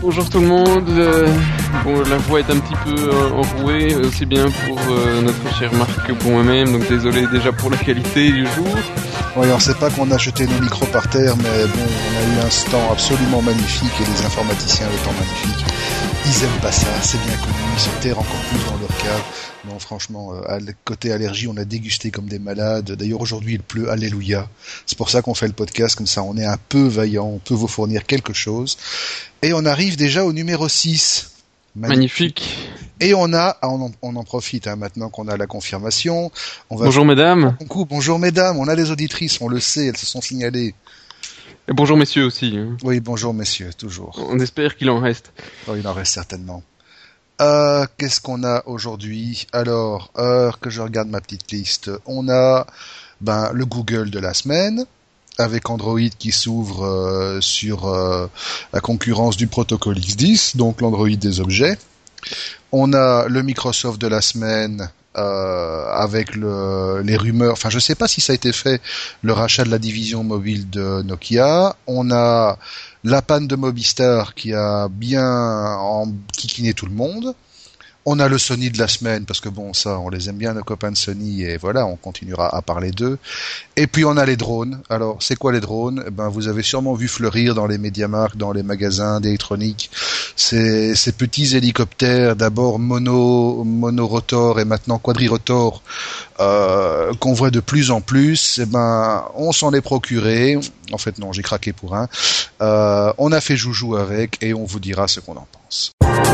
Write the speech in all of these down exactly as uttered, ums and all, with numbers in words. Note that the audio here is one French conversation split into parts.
Bonjour tout le monde. Euh, bon, la voix est un petit peu euh, enrouée, aussi bien pour euh, notre cher Marc que pour moi-même, donc désolé déjà pour la qualité du jour. Oui, on ne sait pas qu'on a jeté nos micros par terre, mais bon, on a eu un temps absolument magnifique et les informaticiens le temps magnifique. Ils aiment pas ça, c'est bien connu, ils se terrent encore plus dans leur cas. Non, franchement, euh, côté allergie, on a dégusté comme des malades. D'ailleurs, aujourd'hui, il pleut, alléluia. C'est pour ça qu'on fait le podcast, comme ça on est un peu vaillant, on peut vous fournir quelque chose. Et on arrive déjà au numéro six. Magnifique. Magnifique. Et on a, on en, on en profite hein, maintenant qu'on a la confirmation. On va bonjour faire... mesdames. Coucou, bonjour mesdames, on a des auditrices, on le sait, elles se sont signalées. Et bonjour messieurs aussi. Hein. Oui, bonjour messieurs, toujours. On espère qu'il en reste. Oh, il en reste certainement. Euh, qu'est-ce qu'on a aujourd'hui? Alors, heure que je regarde ma petite liste, on a ben, le Google de la semaine, avec Android qui s'ouvre euh, sur euh, la concurrence du protocole X dix, donc l'Android des objets. On a le Microsoft de la semaine euh, avec le, les rumeurs, enfin je sais pas si ça a été fait, le rachat de la division mobile de Nokia. On a la panne de Mobistar qui a bien enquiquiné tout le monde. On a le Sony de la semaine, parce que bon, ça, on les aime bien, nos copains de Sony, et voilà, on continuera à parler d'eux. Et puis on a les drones. Alors, c'est quoi les drones? Eh ben, vous avez sûrement vu fleurir dans les MediaMarkt, dans les magasins d'électronique, ces, ces petits hélicoptères, d'abord mono, monorotor et maintenant quadrirotor, euh, qu'on voit de plus en plus. Eh ben, on s'en est procuré. En fait, non, j'ai craqué pour un. Euh, on a fait joujou avec, et on vous dira ce qu'on en pense.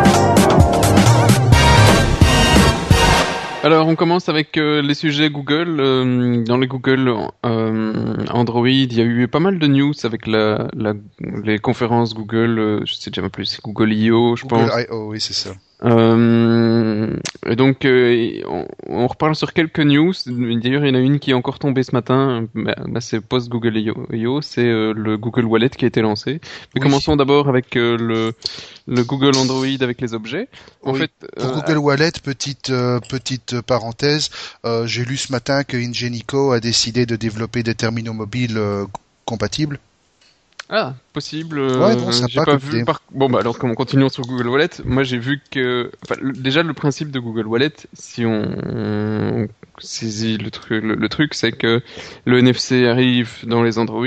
Alors, on commence avec euh, les sujets Google. Euh, dans les Google euh, Android, il y a eu pas mal de news avec la, la les conférences Google. Euh, je sais déjà plus, c'est Google I O, je Google pense. I O, oui, c'est ça. Euh, et donc, euh, on, on reparle sur quelques news. D'ailleurs, il y en a une qui est encore tombée ce matin. Bah, bah, c'est post Google I O, c'est euh, le Google Wallet qui a été lancé. Mais oui. Commençons d'abord avec euh, le, le Google Android avec les objets. En oui. fait, pour euh, Google Wallet, petite euh, petite parenthèse, euh, j'ai lu ce matin que Ingenico a décidé de développer des terminaux mobiles euh, compatibles. Ah, possible. Ouais, bon, euh, j'ai pas vu. Par... Bon, bah alors, comme continuons sur Google Wallet, moi j'ai vu que, enfin, le, déjà le principe de Google Wallet, si on, on saisit le truc, le, le truc, c'est que le N F C arrive dans les Android.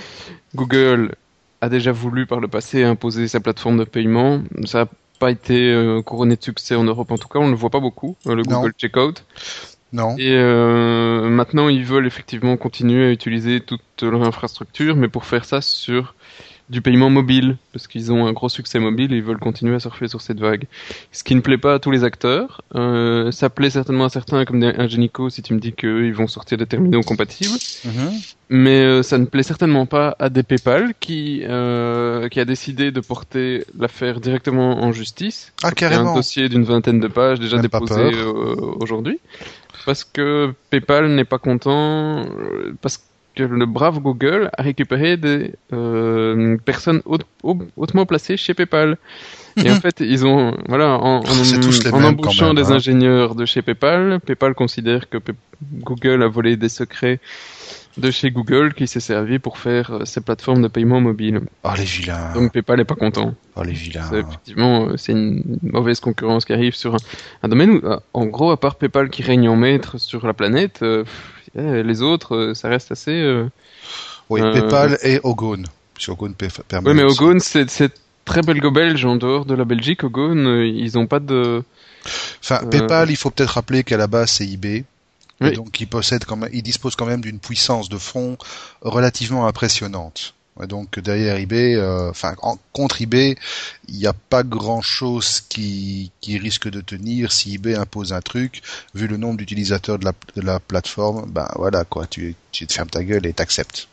Google a déjà voulu par le passé imposer sa plateforme de paiement. Ça a pas été euh, couronné de succès en Europe, en tout cas, on ne le voit pas beaucoup. Euh, le non. Google Checkout. Non. Et euh, maintenant, ils veulent effectivement continuer à utiliser toute leur infrastructure, mais pour faire ça sur du paiement mobile, parce qu'ils ont un gros succès mobile et ils veulent continuer à surfer sur cette vague. Ce qui ne plaît pas à tous les acteurs. Euh, ça plaît certainement à certains, comme Ingenico, si tu me dis qu'ils vont sortir des terminaux compatibles. Mm-hmm. Mais euh, ça ne plaît certainement pas à des PayPal qui euh, qui a décidé de porter l'affaire directement en justice. Ah, carrément. Il y a un dossier d'une vingtaine de pages déjà Même déposé euh, aujourd'hui. Parce que PayPal n'est pas content, euh, parce que le brave Google a récupéré des euh, personnes haute, haute, hautement placées chez PayPal. Et en fait, ils ont, voilà, en, en, en embauchant même, des hein. ingénieurs de chez PayPal, PayPal considère que Pay- Google a volé des secrets de chez Google qui s'est servi pour faire euh, ses plateformes de paiement mobile. Oh les vilains. Donc PayPal est pas content. Oh les vilains. C'est, effectivement, c'est une mauvaise concurrence qui arrive sur un, un domaine où, en gros, à part PayPal qui règne en maître sur la planète, euh, les autres, ça reste assez... Euh, oui, euh, PayPal et Ogone. Ogone permet oui, mais Ogone, c'est, c'est très belgo-belge en dehors de la Belgique. Ogone, euh, ils ont pas de... Enfin, euh... PayPal, il faut peut-être rappeler qu'à la base, c'est eBay. Oui. Et donc, il possède quand même, il dispose quand même d'une puissance de front relativement impressionnante. Et donc, derrière eBay, enfin, euh, contre eBay, il n'y a pas grand-chose qui, qui risque de tenir si eBay impose un truc. Vu le nombre d'utilisateurs de la, de la plateforme, ben voilà quoi, tu, tu te fermes ta gueule et t'acceptes.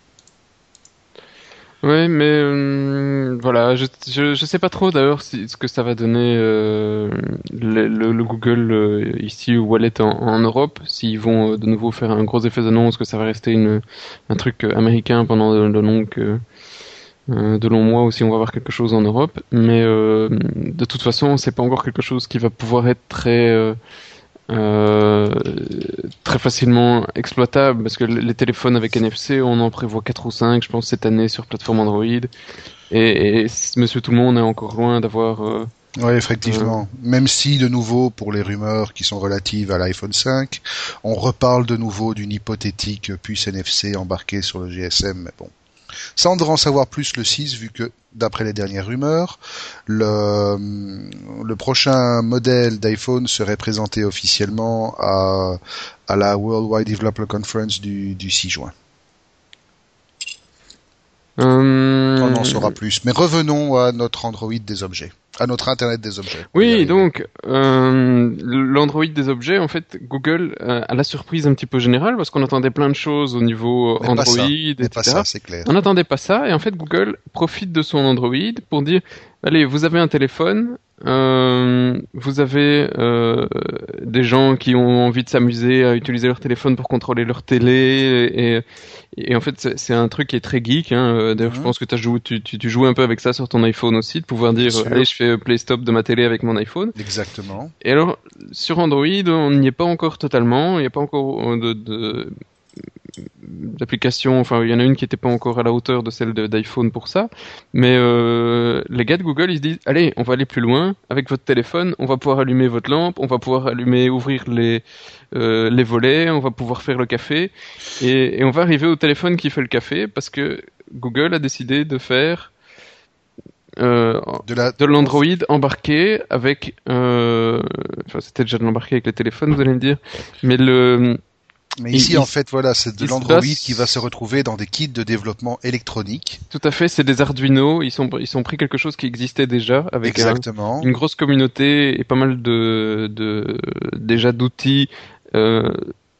Oui, mais euh, voilà, je, je je sais pas trop d'ailleurs si, ce que ça va donner euh, le, le, le Google euh, ici au Wallet en, en Europe, s'ils vont euh, de nouveau faire un gros effet d'annonce, que ça va rester une un truc américain pendant de, de longues euh, de longs mois, ou si on va avoir quelque chose en Europe. Mais euh, de toute façon, c'est pas encore quelque chose qui va pouvoir être très euh, Euh, très facilement exploitable parce que les téléphones avec N F C, on en prévoit quatre ou cinq, je pense, cette année sur plateforme Android. Et, et Monsieur Tout le Monde est encore loin d'avoir. Euh, Oui, effectivement. Euh... Même si, de nouveau, pour les rumeurs qui sont relatives à l'iPhone cinq, on reparle de nouveau d'une hypothétique puce N F C embarquée sur le G S M, mais bon. Ça, on devrait en savoir plus le six, vu que, d'après les dernières rumeurs, le, le prochain modèle d'iPhone serait présenté officiellement à, à la Worldwide Developer Conference du, du six juin. Hum... On en saura plus. Mais revenons à notre Android des objets. À notre Internet des objets. Oui, donc, euh, l'Android des objets, en fait, Google euh, a la surprise un petit peu générale parce qu'on attendait plein de choses au niveau mais Android, pas ça. et cetera. Mais pas ça, c'est clair. On n'attendait pas ça et en fait, Google profite de son Android pour dire, allez, vous avez un téléphone, euh, vous avez euh, des gens qui ont envie de s'amuser à utiliser leur téléphone pour contrôler leur télé et, et en fait, c'est, c'est un truc qui est très geek. Hein. D'ailleurs, mmh. je pense que joué, tu, tu, tu joues un peu avec ça sur ton iPhone aussi, de pouvoir dire, allez, je fais Play Stop de ma télé avec mon iPhone. Exactement. Et alors, sur Android, on n'y est pas encore totalement. Il n'y a pas encore de, de d'applications. Enfin, il y en a une qui n'était pas encore à la hauteur de celle de, d'iPhone pour ça. Mais euh, les gars de Google, ils se disent, allez, on va aller plus loin. Avec votre téléphone, on va pouvoir allumer votre lampe, on va pouvoir allumer, ouvrir les euh, les volets, on va pouvoir faire le café, et, et on va arriver au téléphone qui fait le café parce que Google a décidé de faire Euh, de, la... de l'Android embarqué avec, euh... enfin c'était déjà de l'embarqué avec les téléphones, vous allez me dire, mais le. Mais ici, il, en fait, voilà, c'est de l'Android passe... qui va se retrouver dans des kits de développement électronique. Tout à fait, c'est des Arduino. Ils sont, ils sont pris quelque chose qui existait déjà avec Exactement. Un, une grosse communauté et pas mal de, de déjà d'outils. Euh,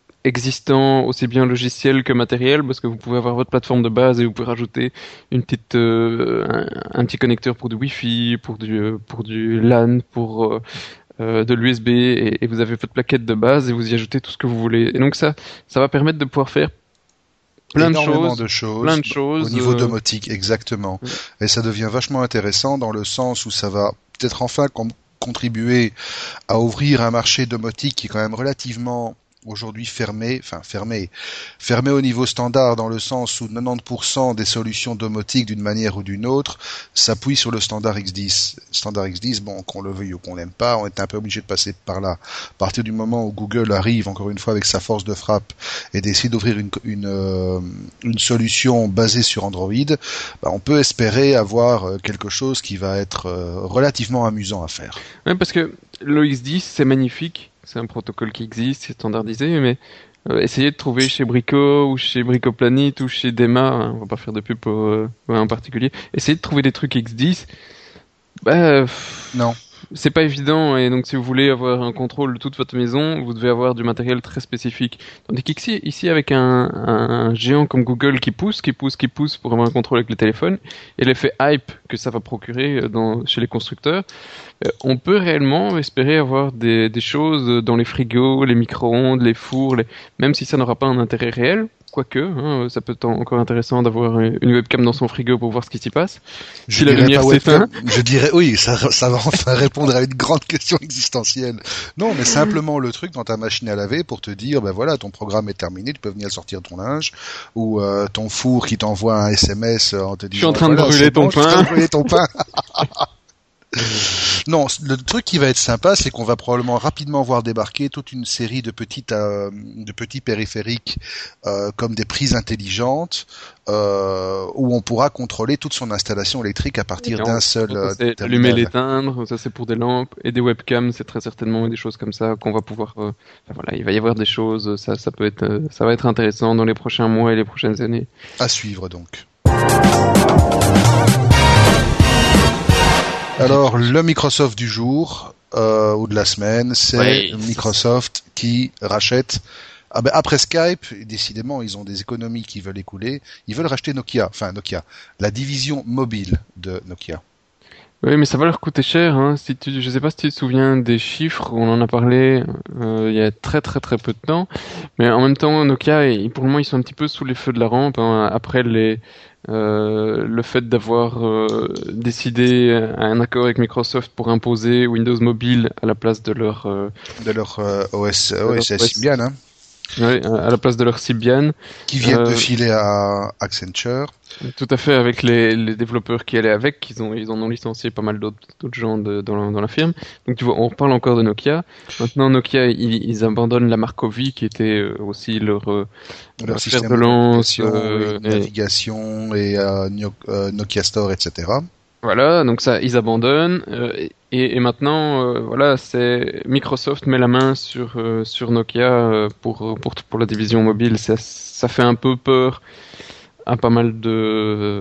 existant aussi bien logiciel que matériel parce que vous pouvez avoir votre plateforme de base et vous pouvez rajouter une petite euh, un, un petit connecteur pour du Wi-Fi, pour du pour du LAN, pour euh, de l'U S B et, et vous avez votre plaquette de base et vous y ajoutez tout ce que vous voulez. Et donc ça ça va permettre de pouvoir faire plein de choses, de choses, plein de choses au niveau euh... domotique, exactement. Oui. Et ça devient vachement intéressant dans le sens où ça va peut-être enfin com- contribuer à ouvrir un marché domotique qui est quand même relativement aujourd'hui fermé, enfin fermé, fermé au niveau standard dans le sens où quatre-vingt-dix pour cent des solutions domotiques d'une manière ou d'une autre s'appuient sur le standard X dix. Standard X dix, bon, qu'on le veuille ou qu'on l'aime pas, on est un peu obligé de passer par là. À partir du moment où Google arrive, encore une fois, avec sa force de frappe et décide d'ouvrir une, une, euh, une solution basée sur Android, bah, on peut espérer avoir quelque chose qui va être euh, relativement amusant à faire. Ouais, parce que le X dix, c'est magnifique. C'est un protocole qui existe, c'est standardisé, mais euh, essayez de trouver chez Brico ou chez Bricoplanet ou chez Dema, hein, on va pas faire de pub pour euh, en particulier, essayez de trouver des trucs X dix. Bah, pff, non. C'est pas évident, et donc si vous voulez avoir un contrôle de toute votre maison, vous devez avoir du matériel très spécifique. Tandis qu'ici, ici, avec un, un géant comme Google qui pousse, qui pousse, qui pousse pour avoir un contrôle avec les téléphones, et l'effet hype que ça va procurer dans, chez les constructeurs, euh, on peut réellement espérer avoir des, des choses dans les frigos, les micro-ondes, les fours, les... même si ça n'aura pas un intérêt réel. Quoique, hein, ça peut être encore intéressant d'avoir une webcam dans son frigo pour voir ce qui s'y passe. Je si la lumière s'éteint. Je dirais, oui, ça, ça va enfin répondre à une grande question existentielle. Non, mais simplement le truc dans ta machine à laver pour te dire, ben voilà, ton programme est terminé, tu peux venir sortir ton linge, ou euh, ton four qui t'envoie un S M S en te disant, je suis en train voilà, de brûler ton bon, pain. Je suis en train de brûler ton pain. Non, le truc qui va être sympa, c'est qu'on va probablement rapidement voir débarquer toute une série de petites, euh, de petits périphériques euh, comme des prises intelligentes euh, où on pourra contrôler toute son installation électrique à partir non, d'un seul. Ça, c'est allumer, l'éteindre, ça c'est pour des lampes et des webcams, c'est très certainement des choses comme ça qu'on va pouvoir. Euh, enfin, voilà, il va y avoir des choses, ça, ça peut être, euh, ça va être intéressant dans les prochains mois et les prochaines années. À suivre donc. Alors, le Microsoft du jour, euh, ou de la semaine, c'est oui, Microsoft qui rachète... Ah ben, après Skype, décidément, ils ont des économies qui veulent écouler. Ils veulent racheter Nokia, enfin Nokia, la division mobile de Nokia. Oui, mais ça va leur coûter cher. Hein. Si tu, je sais pas si tu te souviens des chiffres, on en a parlé euh, il y a très très très peu de temps. Mais en même temps, Nokia, ils, pour le moment, ils sont un petit peu sous les feux de la rampe. Hein. Après les... Euh, le fait d'avoir euh, décidé un accord avec Microsoft pour imposer Windows Mobile à la place de leur euh, de leur euh, O S O S Symbian, hein. Oui, à la place de leur Symbian. Qui viennent euh, de filer à Accenture. Tout à fait, avec les, les développeurs qui allaient avec, ils ont ils en ont licencié pas mal d'autres d'autres gens de, dans, la, dans la firme. Donc tu vois, on reparle encore de Nokia. Maintenant Nokia, ils, ils abandonnent la marque Ovi qui était euh, aussi leur euh, Leur fer système de de lance, navigation, euh, et et- navigation et euh, Nio- euh, Nokia Store, et cetera. voilà. Donc ça, ils abandonnent. euh, et, et maintenant, euh, voilà, c'est Microsoft met la main sur euh, sur Nokia euh, pour pour pour la division mobile. Ça ça fait un peu peur à pas mal de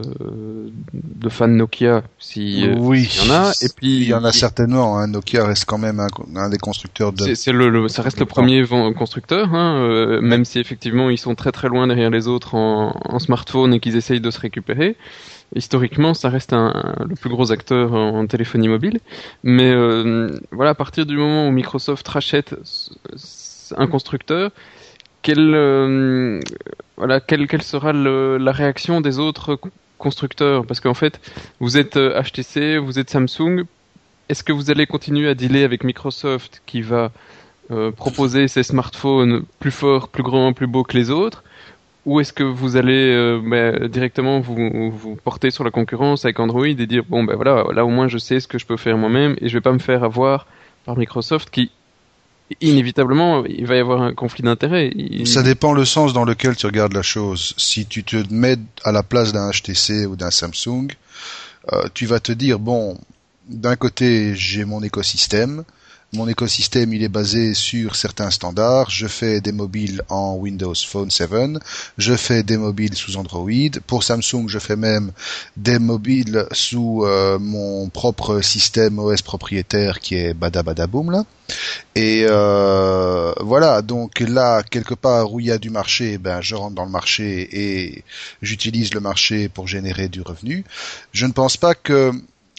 de fans Nokia si euh, Oui, s'il y en a. Et puis il y en a certainement. Hein. Nokia reste quand même un, un des constructeurs de. c'est c'est le, le- ça reste le premier vend- constructeur, hein, euh, même si effectivement ils sont très très loin derrière les autres en, en smartphone et qu'ils essayent de se récupérer. Historiquement, ça reste un, le plus gros acteur en, en téléphonie mobile. Mais euh, voilà, à partir du moment où Microsoft rachète s- s- un constructeur, quelle euh, voilà, quelle quelle sera le- la réaction des autres co- constructeurs? Parce qu'en fait, vous êtes euh, H T C, vous êtes Samsung. Est-ce que vous allez continuer à dealer avec Microsoft qui va euh, proposer ses smartphones plus forts, plus grands, plus beaux que les autres? Ou est-ce que vous allez euh, bah, directement vous, vous porter sur la concurrence avec Android et dire bon ben voilà, là au moins je sais ce que je peux faire moi-même et je vais pas me faire avoir par Microsoft qui inévitablement il va y avoir un conflit d'intérêts. Il- Ça dépend le sens dans lequel tu regardes la chose. Si tu te mets à la place d'un H T C ou d'un Samsung, euh, tu vas te dire bon, d'un côté j'ai mon écosystème. Mon écosystème, il est basé sur certains standards. Je fais des mobiles en Windows Phone sept. Je fais des mobiles sous Android. Pour Samsung, je fais même des mobiles sous euh, mon propre système O S propriétaire qui est Badabadaboom là. Et euh, voilà, donc là, quelque part où il y a du marché, ben je rentre dans le marché et j'utilise le marché pour générer du revenu. Je ne pense pas que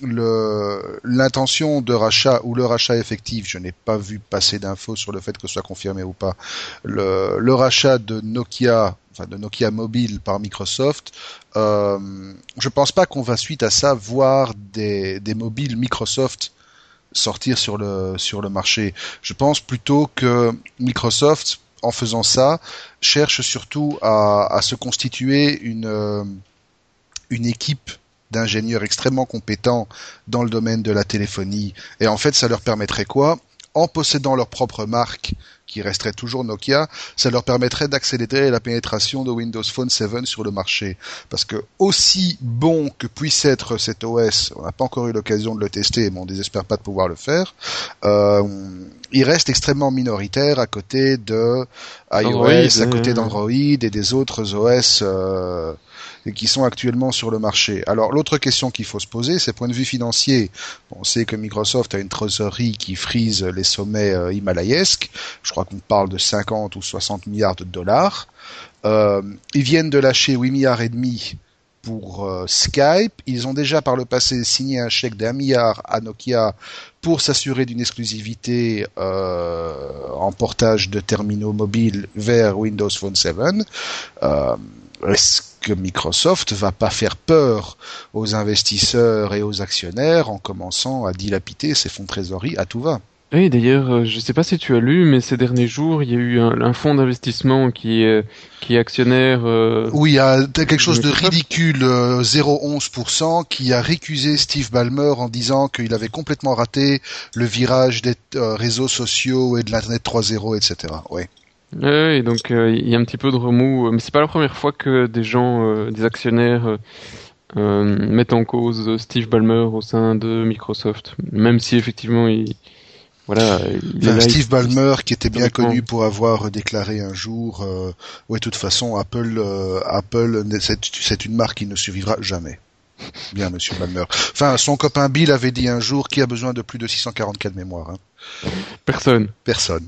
le l'intention de rachat ou le rachat effectif, je n'ai pas vu passer d'infos sur le fait que ce soit confirmé ou pas. Le, le rachat de Nokia, enfin de Nokia Mobile par Microsoft, euh, je pense pas qu'on va suite à ça voir des, des mobiles Microsoft sortir sur le sur le marché. Je pense plutôt que Microsoft, en faisant ça, cherche surtout à, à se constituer une euh, une équipe d'ingénieurs extrêmement compétents dans le domaine de la téléphonie. Et en fait, ça leur permettrait quoi? En possédant leur propre marque, qui resterait toujours Nokia, ça leur permettrait d'accélérer la pénétration de Windows Phone sept sur le marché. Parce que aussi bon que puisse être cet O S, on n'a pas encore eu l'occasion de le tester, mais on ne désespère pas de pouvoir le faire, euh, il reste extrêmement minoritaire à côté de iOS, Android, à côté euh, d'Android et des autres O S euh, qui sont actuellement sur le marché. Alors l'autre question qu'il faut se poser, c'est point de vue financier. Bon, on sait que Microsoft a une trésorerie qui frise les sommets euh, himalayesques. Je crois qu'on parle de cinquante ou soixante milliards de dollars. Euh, ils viennent de lâcher huit milliards et demi pour euh, Skype. Ils ont déjà par le passé signé un chèque d'un milliard à Nokia pour s'assurer d'une exclusivité euh, en portage de terminaux mobiles vers Windows Phone sept. Euh, Est-ce que Microsoft va pas faire peur aux investisseurs et aux actionnaires en commençant à dilapider ses fonds de trésorerie à tout va? Oui, d'ailleurs, euh, je sais pas si tu as lu, mais ces derniers jours, il y a eu un, un fonds d'investissement qui est, qui est actionnaire. Euh, Oui, il y a quelque chose de Microsoft. ridicule, euh, zéro virgule onze pour cent, qui a récusé Steve Ballmer en disant qu'il avait complètement raté le virage des euh, réseaux sociaux et de l'Internet trois point zéro, et cetera. Ouais. Ouais, et donc euh, il y a un petit peu de remous, euh, mais c'est pas la première fois que des gens, euh, des actionnaires, euh, euh, mettent en cause Steve Ballmer au sein de Microsoft, même si effectivement il, voilà, il est Enfin, là. Steve il- Ballmer, qui était bien historiquement. connu pour avoir déclaré un jour, euh, ouais, de toute façon, Apple, euh, Apple, c'est, c'est une marque qui ne survivra jamais. Bien, Monsieur Ballmer. Enfin, son copain Bill avait dit un jour qui a besoin de plus de six cent quarante-quatre mémoires. Hein. Personne. Personne.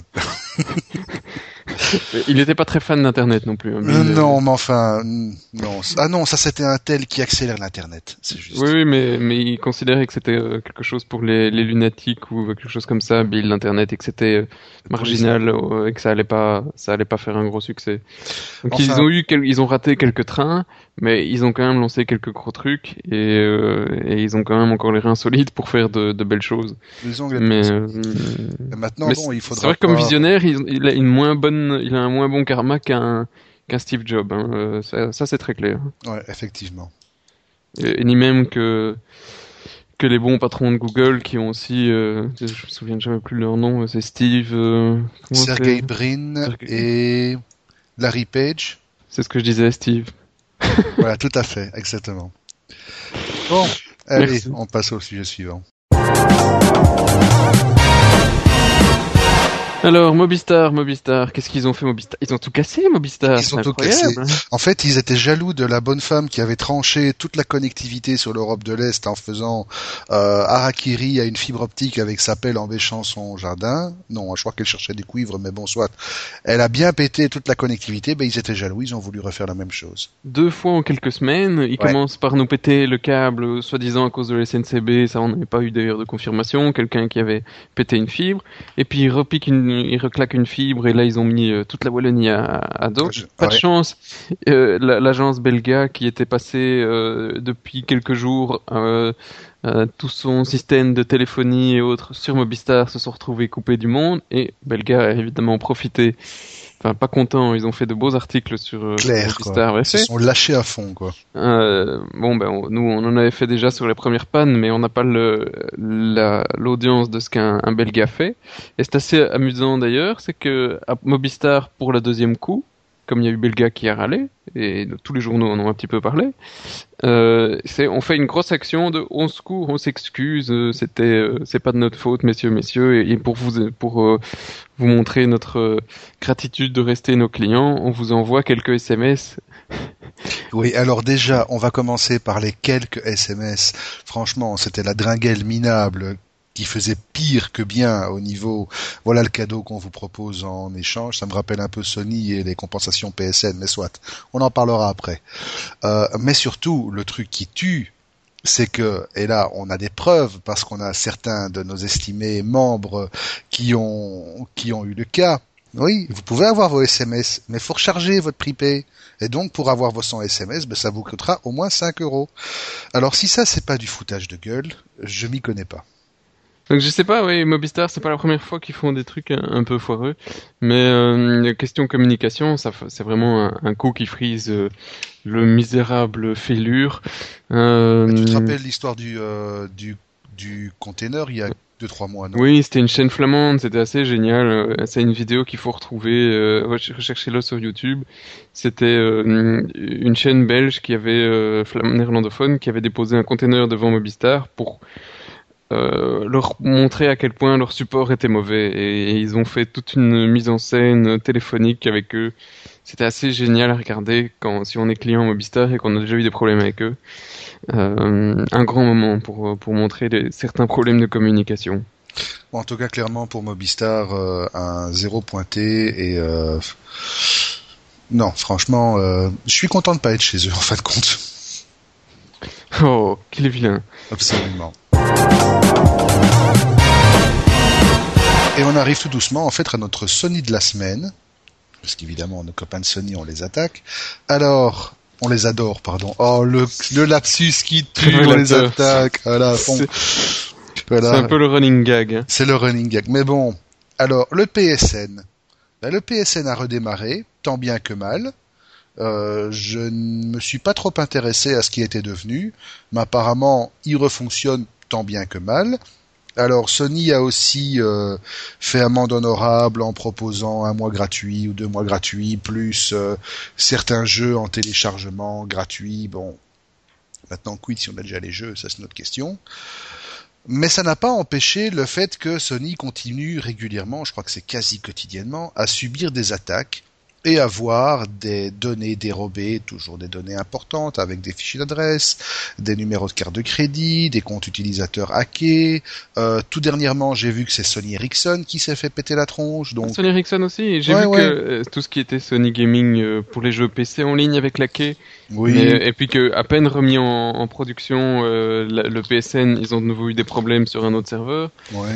Il n'était pas très fan d'Internet non plus. Hein, Bill, Euh, euh, non, mais enfin, non. Ah non, ça c'était un tel qui accélère l'internet. C'est juste. Oui, oui, mais, mais il considérait que c'était euh, quelque chose pour les, les lunatiques ou quelque chose comme ça, Bill d'Internet, et que c'était euh, marginal euh, et que ça allait pas, ça allait pas faire un gros succès. Donc Enfin- ils ont eu, quel- ils ont raté quelques trains, Mais ils ont quand même lancé quelques gros trucs et, euh, et ils ont quand même encore les reins solides pour faire de, de belles choses. Les ongles Mais, euh, et maintenant, mais bon, il faudra c'est vrai que pas... comme visionnaire, il, il a une moins bonne, il a un moins bon karma qu'un qu'un Steve Jobs. Hein. Euh, ça, ça c'est très clair. Ouais, effectivement. Et, et ni même que que les bons patrons de Google qui ont aussi, euh, je me souviens jamais plus de leur nom, c'est Steve. Euh, Sergey Brin Sergey... et Larry Page. C'est ce que je disais, Steve. Voilà, tout à fait, exactement. Bon, allez, Merci. On passe au sujet suivant. Alors, Mobistar, Mobistar, qu'est-ce qu'ils ont fait Mobistar? Ils ont tout cassé, Mobistar. Ils ont tout cassé. En fait, ils étaient jaloux de la bonne femme qui avait tranché toute la connectivité sur l'Europe de l'Est en faisant euh, harakiri à une fibre optique avec sa pelle en bêchant son jardin. Non, je crois qu'elle cherchait des cuivres, mais bon, soit. Elle a bien pété toute la connectivité, ben ils étaient jaloux, ils ont voulu refaire la même chose. Deux fois en quelques semaines, ils ouais. commencent par nous péter le câble, soi-disant à cause de la S N C B, ça on n'avait pas eu d'ailleurs de confirmation, quelqu'un qui avait pété une fibre, et puis ils repiquent une ils reclaquent une fibre et là ils ont mis euh, toute la Wallonie à, à dos. Je... Pas ouais. de chance, euh, l'agence Belga qui était passée euh, depuis quelques jours euh, euh, tout son système de téléphonie et autres sur Mobistar se sont retrouvés coupés du monde et Belga a évidemment profité. Enfin, pas content, ils ont fait de beaux articles sur euh, Claire, Mobistar. Quoi. Ils se sont lâchés à fond, quoi. Euh, bon, ben, on, nous, on en avait fait déjà sur les premières pannes, mais on n'a pas le, la, l'audience de ce qu'un un Belga fait. Et c'est assez amusant d'ailleurs, c'est que à Mobistar, pour le deuxième coup, comme il y a eu Belga qui a râlé, et tous les journaux en ont un petit peu parlé, euh, c'est, on fait une grosse action de on secours, on s'excuse, euh, c'était, euh, c'est pas de notre faute, messieurs, messieurs, et, et pour vous, pour euh, vous montrer notre euh, gratitude de rester nos clients, on vous envoie quelques S M S. Oui, alors déjà, on va commencer par les quelques S M S. Franchement, c'était la dringuelle minable qui faisait pire que bien au niveau, voilà le cadeau qu'on vous propose en échange. Ça me rappelle un peu Sony et les compensations P S N, mais soit, on en parlera après. Euh, mais surtout, le truc qui tue, c'est que, et là on a des preuves parce qu'on a certains de nos estimés membres qui ont qui ont eu le cas. Oui, vous pouvez avoir vos S M S, mais faut recharger votre prepay. Et donc, pour avoir vos cent S M S, ben, ça vous coûtera au moins cinq euros. Alors, si ça, c'est pas du foutage de gueule, je m'y connais pas. Donc, je sais pas, oui, Mobistar, c'est pas la première fois qu'ils font des trucs un, un peu foireux. Mais, euh, question communication, ça, c'est vraiment un, un coup qui frise euh, le misérable fêlure. Euh... Tu te rappelles l'histoire du, euh, du, du container il y a deux, trois mois, non? Oui, c'était une chaîne flamande, c'était assez génial. C'est une vidéo qu'il faut retrouver, euh, recherchez-le sur YouTube. C'était euh, une chaîne belge qui avait, euh, néerlandophone, qui avait déposé un container devant Mobistar pour euh, leur montrer à quel point leur support était mauvais. Et, et ils ont fait toute une mise en scène téléphonique avec eux. C'était assez génial à regarder quand, si on est client Mobistar et qu'on a déjà eu des problèmes avec eux. Euh, un grand moment pour pour montrer les, certains problèmes de communication. Bon, en tout cas, clairement pour Mobistar, euh, un zéro pointé et euh, non, franchement, euh, je suis content de pas être chez eux en fin de compte. Oh, qu'il est vilain. Absolument. Et on arrive tout doucement en fait à notre Sony de la semaine, parce qu'évidemment nos copains de Sony on les attaque. Alors On les adore, pardon. Oh, le, le lapsus qui tue, on les attaque. Voilà, bon. C'est... Voilà. C'est un peu le running gag. Hein. C'est le running gag. Mais bon, alors, le P S N. Ben, le P S N a redémarré, tant bien que mal. Euh, je ne me suis pas trop intéressé à ce qui était devenu, mais apparemment, il refonctionne tant bien que mal. Alors, Sony a aussi euh, fait amende honorable en proposant un mois gratuit ou deux mois gratuits, plus euh, certains jeux en téléchargement gratuit. Bon, maintenant, quid si on a déjà les jeux, ça c'est notre question. Mais ça n'a pas empêché le fait que Sony continue régulièrement, je crois que c'est quasi quotidiennement, à subir des attaques et avoir des données dérobées, toujours des données importantes, avec des fichiers d'adresse, des numéros de carte de crédit, des comptes utilisateurs hackés. Euh, tout dernièrement, j'ai vu que c'est Sony Ericsson qui s'est fait péter la tronche. Donc... Sony Ericsson aussi, et j'ai ouais, vu ouais. que euh, tout ce qui était Sony Gaming euh, pour les jeux P C en ligne avec hacké, oui. mais, et puis que à peine remis en, en production, euh, la, le P S N, ils ont de nouveau eu des problèmes sur un autre serveur. Ouais.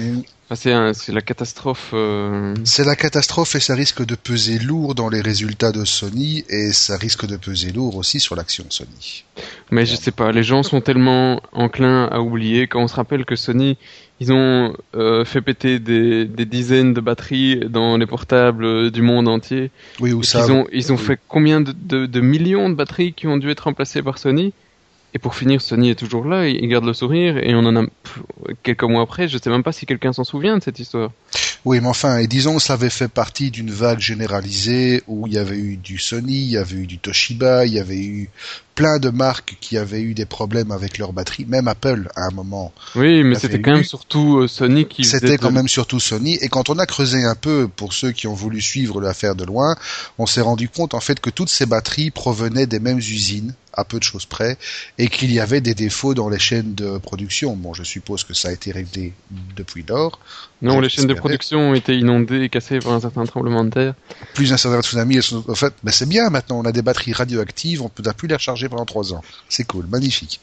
Ah, c'est, un, c'est la catastrophe. Euh... C'est la catastrophe et ça risque de peser lourd dans les résultats de Sony et ça risque de peser lourd aussi sur l'action Sony. Mais je sais pas, les gens sont tellement enclins à oublier quand on se rappelle que Sony, ils ont euh, fait péter des, des dizaines de batteries dans les portables du monde entier. Oui, ou ça. Ils ont, ils ont oui. fait combien de, de, de millions de batteries qui ont dû être remplacées par Sony? Et pour finir, Sony est toujours là, il garde le sourire, et on en a pff, quelques mois après, je sais même pas si quelqu'un s'en souvient de cette histoire. Oui, mais enfin, et disons que ça avait fait partie d'une vague généralisée où il y avait eu du Sony, il y avait eu du Toshiba, il y avait eu plein de marques qui avaient eu des problèmes avec leur batterie, même Apple à un moment. Oui, mais c'était quand eu... même surtout euh, Sony qui C'était quand de... même surtout Sony, et quand on a creusé un peu, pour ceux qui ont voulu suivre l'affaire de loin, on s'est rendu compte en fait que toutes ces batteries provenaient des mêmes usines, à peu de choses près, et qu'il y avait des défauts dans les chaînes de production. Bon, je suppose que ça a été réglé depuis lors. Non, les chaînes de production ont été inondées et cassées par un certain tremblement de terre. Plus un certain tsunami, elles sont... en fait, ben c'est bien maintenant, on a des batteries radioactives, on ne peut plus les recharger pendant trois ans. C'est cool, magnifique.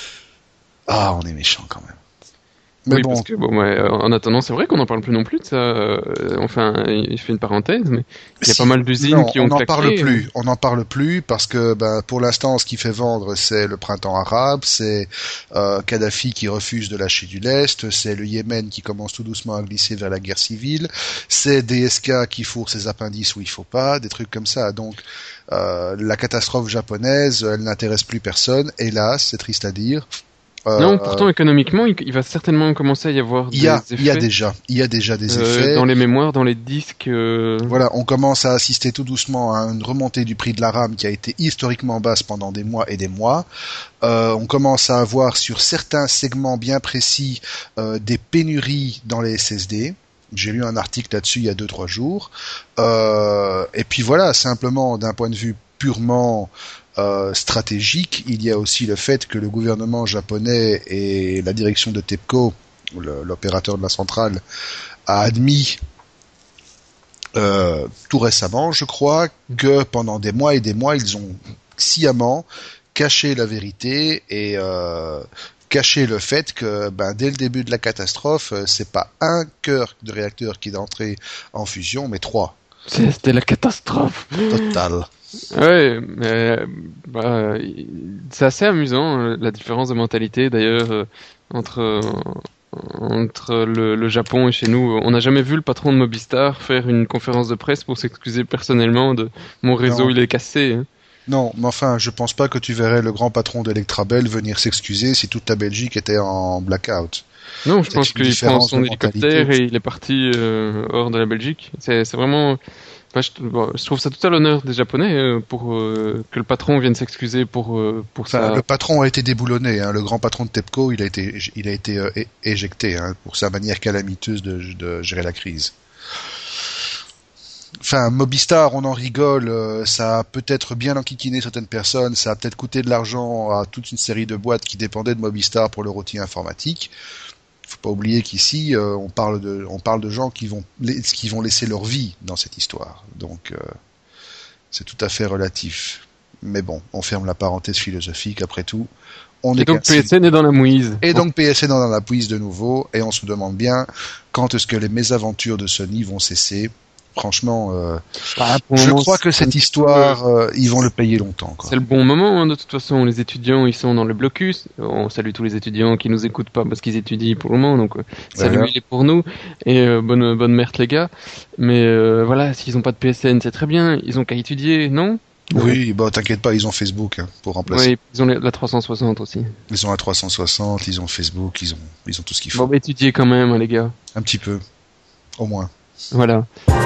Ah, on est méchant quand même. Mais oui, bon. Parce que bon, ouais, en attendant, c'est vrai qu'on n'en parle plus non plus de ça. Euh, enfin, il fait une parenthèse, mais il y a si, pas mal d'usines non, qui ont on n'en claqué. parle plus. On n'en parle plus parce que, ben, pour l'instant, ce qui fait vendre, c'est le printemps arabe, c'est euh, Kadhafi qui refuse de lâcher du lest, c'est le Yémen qui commence tout doucement à glisser vers la guerre civile, c'est D S K qui fourre ses appendices où il faut pas, des trucs comme ça. Donc, euh, la catastrophe japonaise, elle n'intéresse plus personne. Hélas, c'est triste à dire. Euh, non, pourtant économiquement, il, il va certainement commencer à y avoir il y a, des effets. Il y a déjà, il y a déjà des euh, effets. Dans les mémoires, dans les disques. Euh... Voilà, on commence à assister tout doucement à une remontée du prix de la RAM qui a été historiquement basse pendant des mois et des mois. Euh, on commence à avoir sur certains segments bien précis euh, des pénuries dans les S S D. J'ai lu un article là-dessus il y a deux trois jours. Euh, et puis voilà, simplement d'un point de vue purement Euh, stratégique, il y a aussi le fait que le gouvernement japonais et la direction de TEPCO, le, l'opérateur de la centrale, a admis euh, tout récemment, je crois, que pendant des mois et des mois, ils ont sciemment caché la vérité et euh, caché le fait que ben, dès le début de la catastrophe, c'est pas un cœur de réacteur qui est entré en fusion, mais trois. C'était la catastrophe totale. Ouais, mais bah, c'est assez amusant la différence de mentalité d'ailleurs euh, entre euh, entre le, le Japon et chez nous. On n'a jamais vu le patron de Mobistar faire une conférence de presse pour s'excuser personnellement de mon réseau, non. Il est cassé. Hein. Non, mais enfin, je pense pas que tu verrais le grand patron d'Electrabel venir s'excuser si toute la Belgique était en blackout. Non, je c'est pense qu'il prend son hélicoptère et il est parti euh, hors de la Belgique. C'est, c'est vraiment. Enfin, je, bon, je trouve ça tout à l'honneur des Japonais euh, pour euh, que le patron vienne s'excuser pour euh, pour enfin, ça. Le patron a été déboulonné. Hein. Le grand patron de TEPCO, il a été il a été euh, é- éjecté hein, pour sa manière calamiteuse de, de gérer la crise. Enfin, Mobistar, on en rigole, euh, ça a peut-être bien enquiquiné certaines personnes, ça a peut-être coûté de l'argent à toute une série de boîtes qui dépendaient de Mobistar pour leur outil informatique. Faut pas oublier qu'ici, euh, on parle de, on parle de gens qui vont, qui vont laisser leur vie dans cette histoire. Donc, euh, c'est tout à fait relatif. Mais bon, on ferme la parenthèse philosophique. Après tout, on et est donc P S N est dans la mouise. Et donc P S N est dans la mouise de nouveau. Et on se demande bien quand est-ce que les mésaventures de Sony vont cesser. Franchement, euh, bah, je moment, crois que cette histoire, euh, ils vont le payer longtemps. Quoi. C'est le bon moment, hein, de toute façon. Les étudiants, ils sont dans le blocus. On salue tous les étudiants qui nous écoutent pas parce qu'ils étudient pour le moment, donc euh, salut voilà. Il est pour nous. Et euh, bonne bonne merde les gars. Mais euh, voilà, s'ils ont pas de P S N, c'est très bien. Ils ont qu'à étudier, non? Oui, bah t'inquiète pas, ils ont Facebook hein, pour remplacer. Oui, ils ont la trois cent soixante aussi. Ils ont la trois cent soixante, ils ont Facebook, ils ont ils ont tout ce qu'il faut. Bon, bah, étudier quand même, hein, les gars. Un petit peu, au moins. Voilà.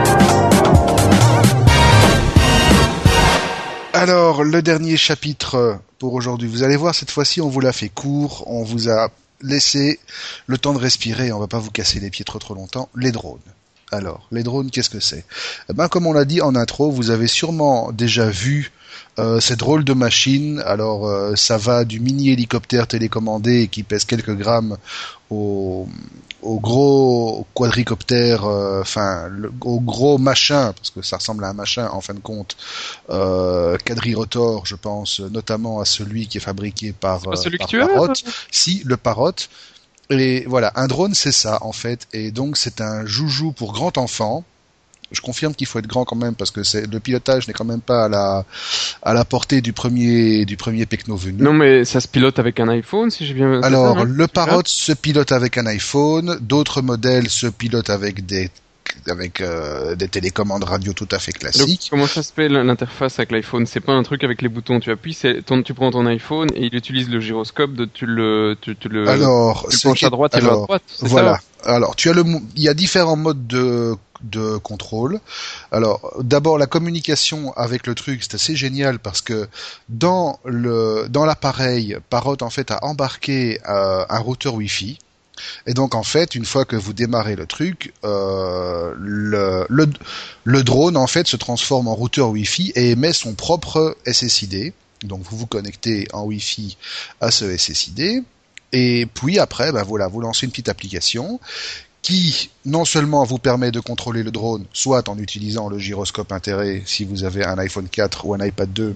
Alors, le dernier chapitre pour aujourd'hui. Vous allez voir, cette fois-ci, on vous l'a fait court. On vous a laissé le temps de respirer. On va pas vous casser les pieds trop trop longtemps. Les drones. Alors, les drones, qu'est-ce que c'est ? Eh ben, comme on l'a dit en intro, vous avez sûrement déjà vu euh, ces drôles de machines. Alors, euh, ça va du mini-hélicoptère télécommandé qui pèse quelques grammes au, au gros quadricoptère, enfin, euh, au gros machin, parce que ça ressemble à un machin en fin de compte, euh, quadrirotor, je pense, notamment à celui qui est fabriqué par, c'est pas celui par que tu Parrot. as, si, le Parrot. Et voilà, un drone c'est ça en fait, et donc c'est un joujou pour grand enfant. Je confirme qu'il faut être grand quand même parce que c'est, le pilotage n'est quand même pas à la, à la portée du premier, du premier Pecno venu. Non, mais ça se pilote avec un iPhone, si j'ai bien... Alors, ça, le Parrot se pilote avec un iPhone, d'autres modèles se pilotent avec des, avec euh, des télécommandes radio tout à fait classiques. Donc, comment ça se fait l'interface avec l'iPhone? C'est pas un truc avec les boutons, tu appuies, c'est ton, tu prends ton iPhone et il utilise le gyroscope, de, tu le, tu, tu le, alors, tu le penches à droite et à droite. Voilà. Ça alors, tu as le, il y a différents modes de de contrôle. Alors, d'abord la communication avec le truc, c'est assez génial parce que dans le dans l'appareil, Parrot en fait a embarqué euh, un routeur Wi-Fi. Et donc en fait, une fois que vous démarrez le truc, euh, le, le le drone en fait se transforme en routeur Wi-Fi et émet son propre S S I D. Donc vous vous connectez en Wi-Fi à ce S S I D. Et puis après, ben voilà, vous lancez une petite application qui non seulement vous permet de contrôler le drone, soit en utilisant le gyroscope intégré si vous avez un iPhone quatre ou un iPad deux,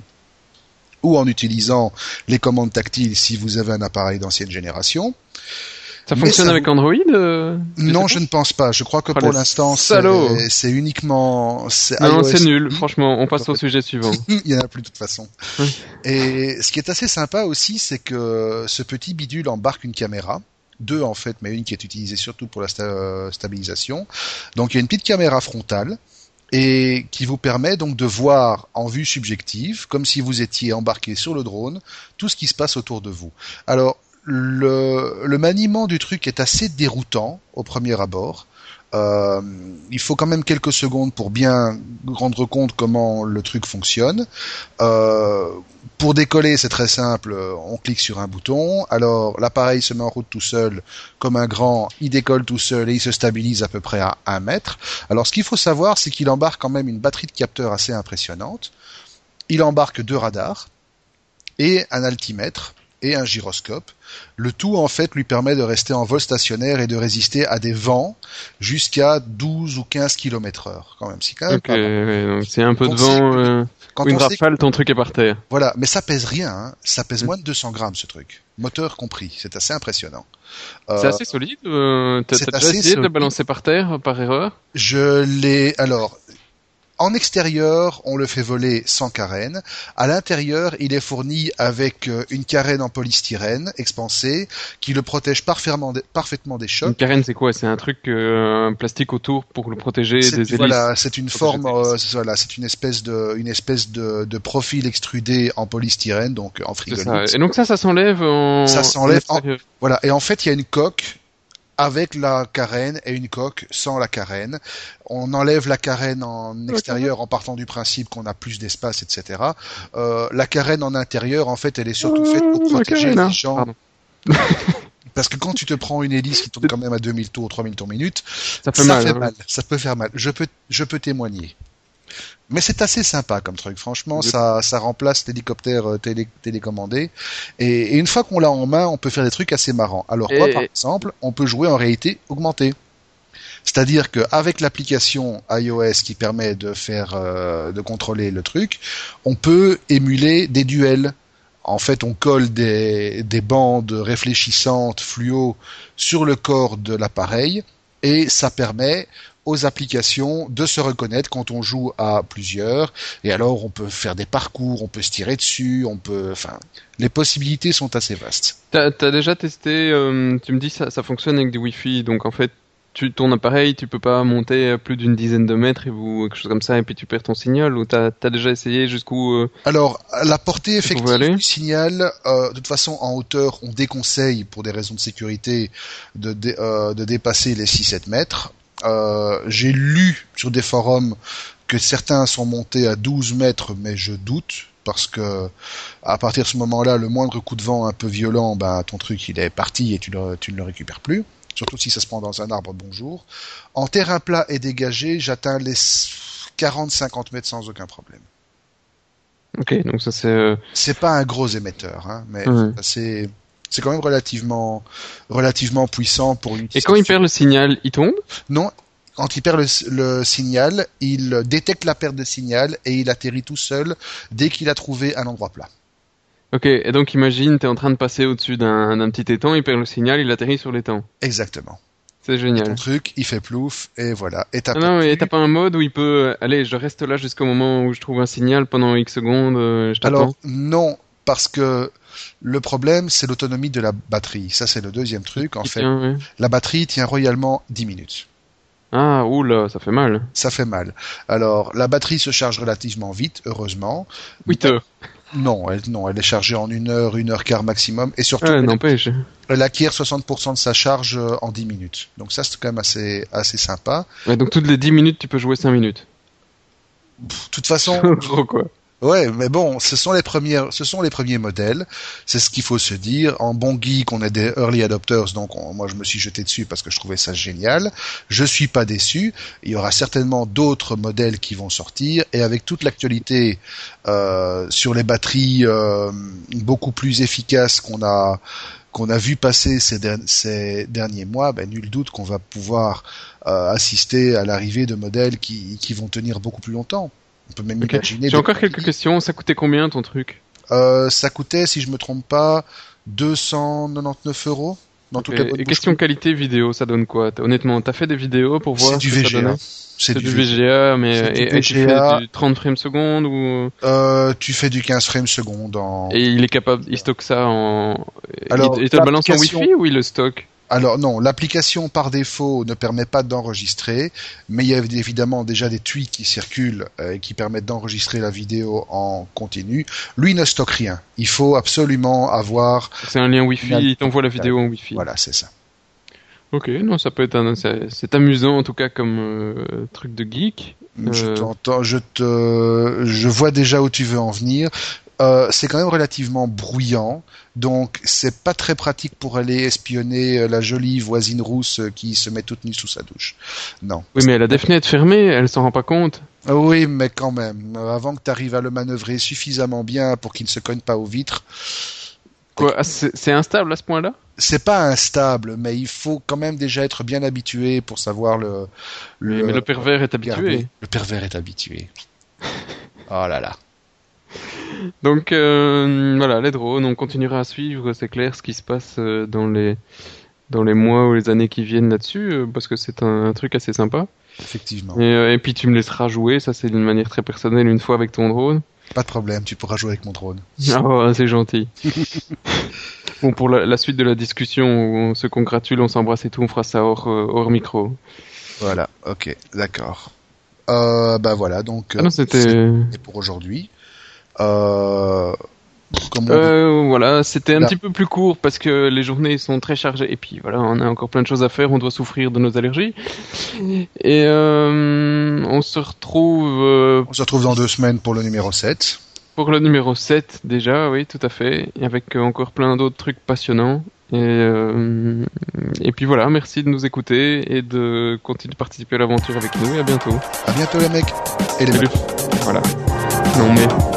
ou en utilisant les commandes tactiles si vous avez un appareil d'ancienne génération. Ça fonctionne ça... avec Android euh, Non, je ne pense pas. Je crois que oh, pour l'instant, c'est, c'est uniquement... C'est non, iOS. C'est nul. Franchement, on passe au sujet suivant. Il y en a plus de toute façon. Et ce qui est assez sympa aussi, c'est que ce petit bidule embarque une caméra. Deux en fait, mais une qui est utilisée surtout pour la sta- stabilisation. Donc il y a une petite caméra frontale et qui vous permet donc de voir en vue subjective, comme si vous étiez embarqué sur le drone, tout ce qui se passe autour de vous. Alors le, le maniement du truc est assez déroutant au premier abord. Euh, il faut quand même quelques secondes pour bien rendre compte comment le truc fonctionne. Euh, pour décoller, c'est très simple, on clique sur un bouton, alors l'appareil se met en route tout seul, comme un grand, il décolle tout seul et il se stabilise à peu près à un mètre. Alors ce qu'il faut savoir, c'est qu'il embarque quand même une batterie de capteurs assez impressionnante, il embarque deux radars, et un altimètre, et un gyroscope. Le tout, en fait, lui permet de rester en vol stationnaire et de résister à des vents jusqu'à douze ou quinze kilomètres heure, quand même. C'est quand même okay, pas mal. Ouais, donc c'est un peu de vent, euh, quand une rafale, que... ton truc est par terre. Voilà, mais ça pèse rien, hein. Ça pèse mmh. moins de deux cents grammes, ce truc. Moteur compris. C'est assez impressionnant. C'est euh, assez solide. Euh, t'as, t'as déjà essayé solide. de le balancer par terre, par erreur? Je l'ai... Alors... En extérieur, on le fait voler sans carène. À l'intérieur, il est fourni avec une carène en polystyrène expansée qui le protège parfaitement des, parfaitement des chocs. Une carène, c'est quoi? C'est un truc, euh, un plastique autour pour le protéger c'est, des hélices. Voilà, c'est une forme, euh, c'est, voilà, c'est une espèce de, une espèce de, de profil extrudé en polystyrène, donc en frigolite. Et donc ça, ça s'enlève en. Ça s'enlève. En... Voilà. Et en fait, il y a une coque avec la carène et une coque sans la carène. On enlève la carène en extérieur en partant du principe qu'on a plus d'espace, et cetera. Euh, la carène en intérieur, en fait, elle est surtout faite pour protéger les gens. Parce que quand tu te prends une hélice qui tourne quand même à deux mille tours, trois mille tours minute, ça, fait, ça mal, fait hein. mal. Ça peut faire mal. Je peux, je peux témoigner. Mais c'est assez sympa comme truc, franchement, oui. ça, ça remplace l'hélicoptère télé, télécommandé. Et, et une fois qu'on l'a en main, on peut faire des trucs assez marrants. Alors et... moi, par exemple, on peut jouer en réalité augmentée. C'est-à-dire qu'avec l'application iOS qui permet de faire, euh, de contrôler le truc, on peut émuler des duels. En fait, on colle des, des bandes réfléchissantes fluo sur le corps de l'appareil et ça permet aux applications de se reconnaître quand on joue à plusieurs. Et alors, on peut faire des parcours, on peut se tirer dessus, on peut... Enfin, les possibilités sont assez vastes. T'as, t'as déjà testé... Euh, tu me dis ça, ça fonctionne avec du Wi-Fi, donc en fait, tu, ton appareil, tu peux pas monter à plus d'une dizaine de mètres et vous, quelque chose comme ça, et puis tu perds ton signal, ou t'as, t'as déjà essayé jusqu'où... Euh, alors, la portée effective du signal, euh, de toute façon, en hauteur, on déconseille, pour des raisons de sécurité, de, dé, euh, de dépasser les six sept mètres. Euh, j'ai lu sur des forums que certains sont montés à douze mètres, mais je doute, parce que à partir de ce moment-là, le moindre coup de vent un peu violent, ben, ton truc il est parti et tu, le, tu ne le récupères plus. Surtout si ça se prend dans un arbre, bonjour. En terrain plat et dégagé, j'atteins les quarante à cinquante mètres sans aucun problème. Ok, donc ça c'est... Euh... C'est pas un gros émetteur, hein, mais mmh. c'est... C'est quand même relativement, relativement puissant pour une... Et quand il perd le signal, il tombe ? Non, quand il perd le, le signal, il détecte la perte de signal et il atterrit tout seul dès qu'il a trouvé un endroit plat. Ok, et donc imagine, t'es en train de passer au-dessus d'un, d'un petit étang, il perd le signal, il atterrit sur l'étang. Exactement. C'est génial. Ton truc, il fait plouf, et voilà. Et t'as Ah pas non, mais pu- t'as pas un mode où il peut... Allez, je reste là jusqu'au moment où je trouve un signal pendant X secondes, euh, je t'attends. Alors, non, parce que le problème, c'est l'autonomie de la batterie. Ça, c'est le deuxième truc. En Il fait, tient, ouais. la batterie tient royalement dix minutes. Ah, oula, ça fait mal. Ça fait mal. Alors, la batterie se charge relativement vite, heureusement. huit heures. Non, elle, non, elle est chargée en une heure, une heure quart maximum. Et surtout, Ouais, elle, n'empêche. elle acquiert soixante pour cent de sa charge euh, en dix minutes. Donc ça, c'est quand même assez, assez sympa. Ouais, donc toutes les dix minutes, tu peux jouer cinq minutes. De toute façon, Gros, quoi. ouais, mais bon, ce sont les premières, ce sont les premiers modèles. C'est ce qu'il faut se dire. En bon geek, on est des early adopters, donc on- moi je me suis jeté dessus parce que je trouvais ça génial. Je suis pas déçu. Il y aura certainement d'autres modèles qui vont sortir, et avec toute l'actualité euh, sur les batteries euh, beaucoup plus efficaces qu'on a qu'on a vu passer ces, der- ces derniers mois, ben, nul doute qu'on va pouvoir euh, assister à l'arrivée de modèles qui, qui vont tenir beaucoup plus longtemps. On peut même Ok. imaginer. J'ai des encore quelques produits. questions. Ça coûtait combien ton truc? Euh, ça coûtait, si je me trompe pas, deux cent quatre-vingt-dix-neuf euros dans toutes Ok. les bonnes Et bouches. question qualité vidéo, ça donne quoi? T'as- Honnêtement, t'as fait des vidéos pour voir C'est ce du que ça V G A. donnait? C'est C'est du du V G A. V G A, mais C'est du et, et tu V G A. fais du trente frames secondes ou Euh, tu fais du quinze frames seconde en... et il est capable, il stocke ça en. Alors, il, il te le balance en l'application- Wi-Fi ou il le stocke? Alors non, l'application par défaut ne permet pas d'enregistrer, mais il y a évidemment déjà des tweets qui circulent euh, et qui permettent d'enregistrer la vidéo en continu. Lui ne stocke rien. Il faut absolument avoir... C'est un lien Wi-Fi, Final- il t'envoie la vidéo en Wi-Fi. Voilà, c'est ça. Ok, non, ça peut être un, c'est, c'est amusant en tout cas comme euh, truc de geek. Je Euh. t'entends, je te, je vois déjà où tu veux en venir. Euh, c'est quand même relativement bruyant, donc c'est pas très pratique pour aller espionner euh, la jolie voisine rousse euh, qui se met toute nue sous sa douche. Non. Oui, mais elle a des fenêtres fermées, elle s'en rend pas compte. Ah oui, mais quand même, euh, avant que tu arrives à le manœuvrer suffisamment bien pour qu'il ne se cogne pas aux vitres, Quoi, ah, c'est, c'est instable à ce point-là? c'est pas instable, mais il faut quand même déjà être bien habitué pour savoir le. Mais, mais le pervers est regarder. habitué. Le pervers est habitué. Oh là là. Donc euh, voilà, les drones, on continuera à suivre, c'est clair, ce qui se passe euh, dans les dans les mois ou les années qui viennent là-dessus, euh, parce que c'est un, un truc assez sympa. Effectivement. Et, euh, et puis tu me laisseras jouer, ça c'est d'une manière très personnelle, une fois avec ton drone. Pas de problème, tu pourras jouer avec mon drone. Oh, c'est gentil. Bon, pour la, la suite de la discussion, où on se congratule, on s'embrasse et tout, on fera ça hors, euh, hors micro. Voilà, ok, d'accord. Euh, bah voilà, donc Ah non, euh, c'était... c'est pour aujourd'hui. Euh, comme on dit- Euh, voilà, c'était un Là. petit peu plus court parce que les journées sont très chargées et puis voilà, on a encore plein de choses à faire, on doit souffrir de nos allergies. Et euh, on se retrouve euh, on se retrouve dans deux semaines pour le numéro sept. pour le numéro sept déjà, oui, tout à fait, et avec euh, encore plein d'autres trucs passionnants. Et, euh, et puis voilà, merci de nous écouter et de continuer de participer à l'aventure avec nous et à bientôt. À bientôt les mecs et les Salut. mecs. Voilà. Non mais...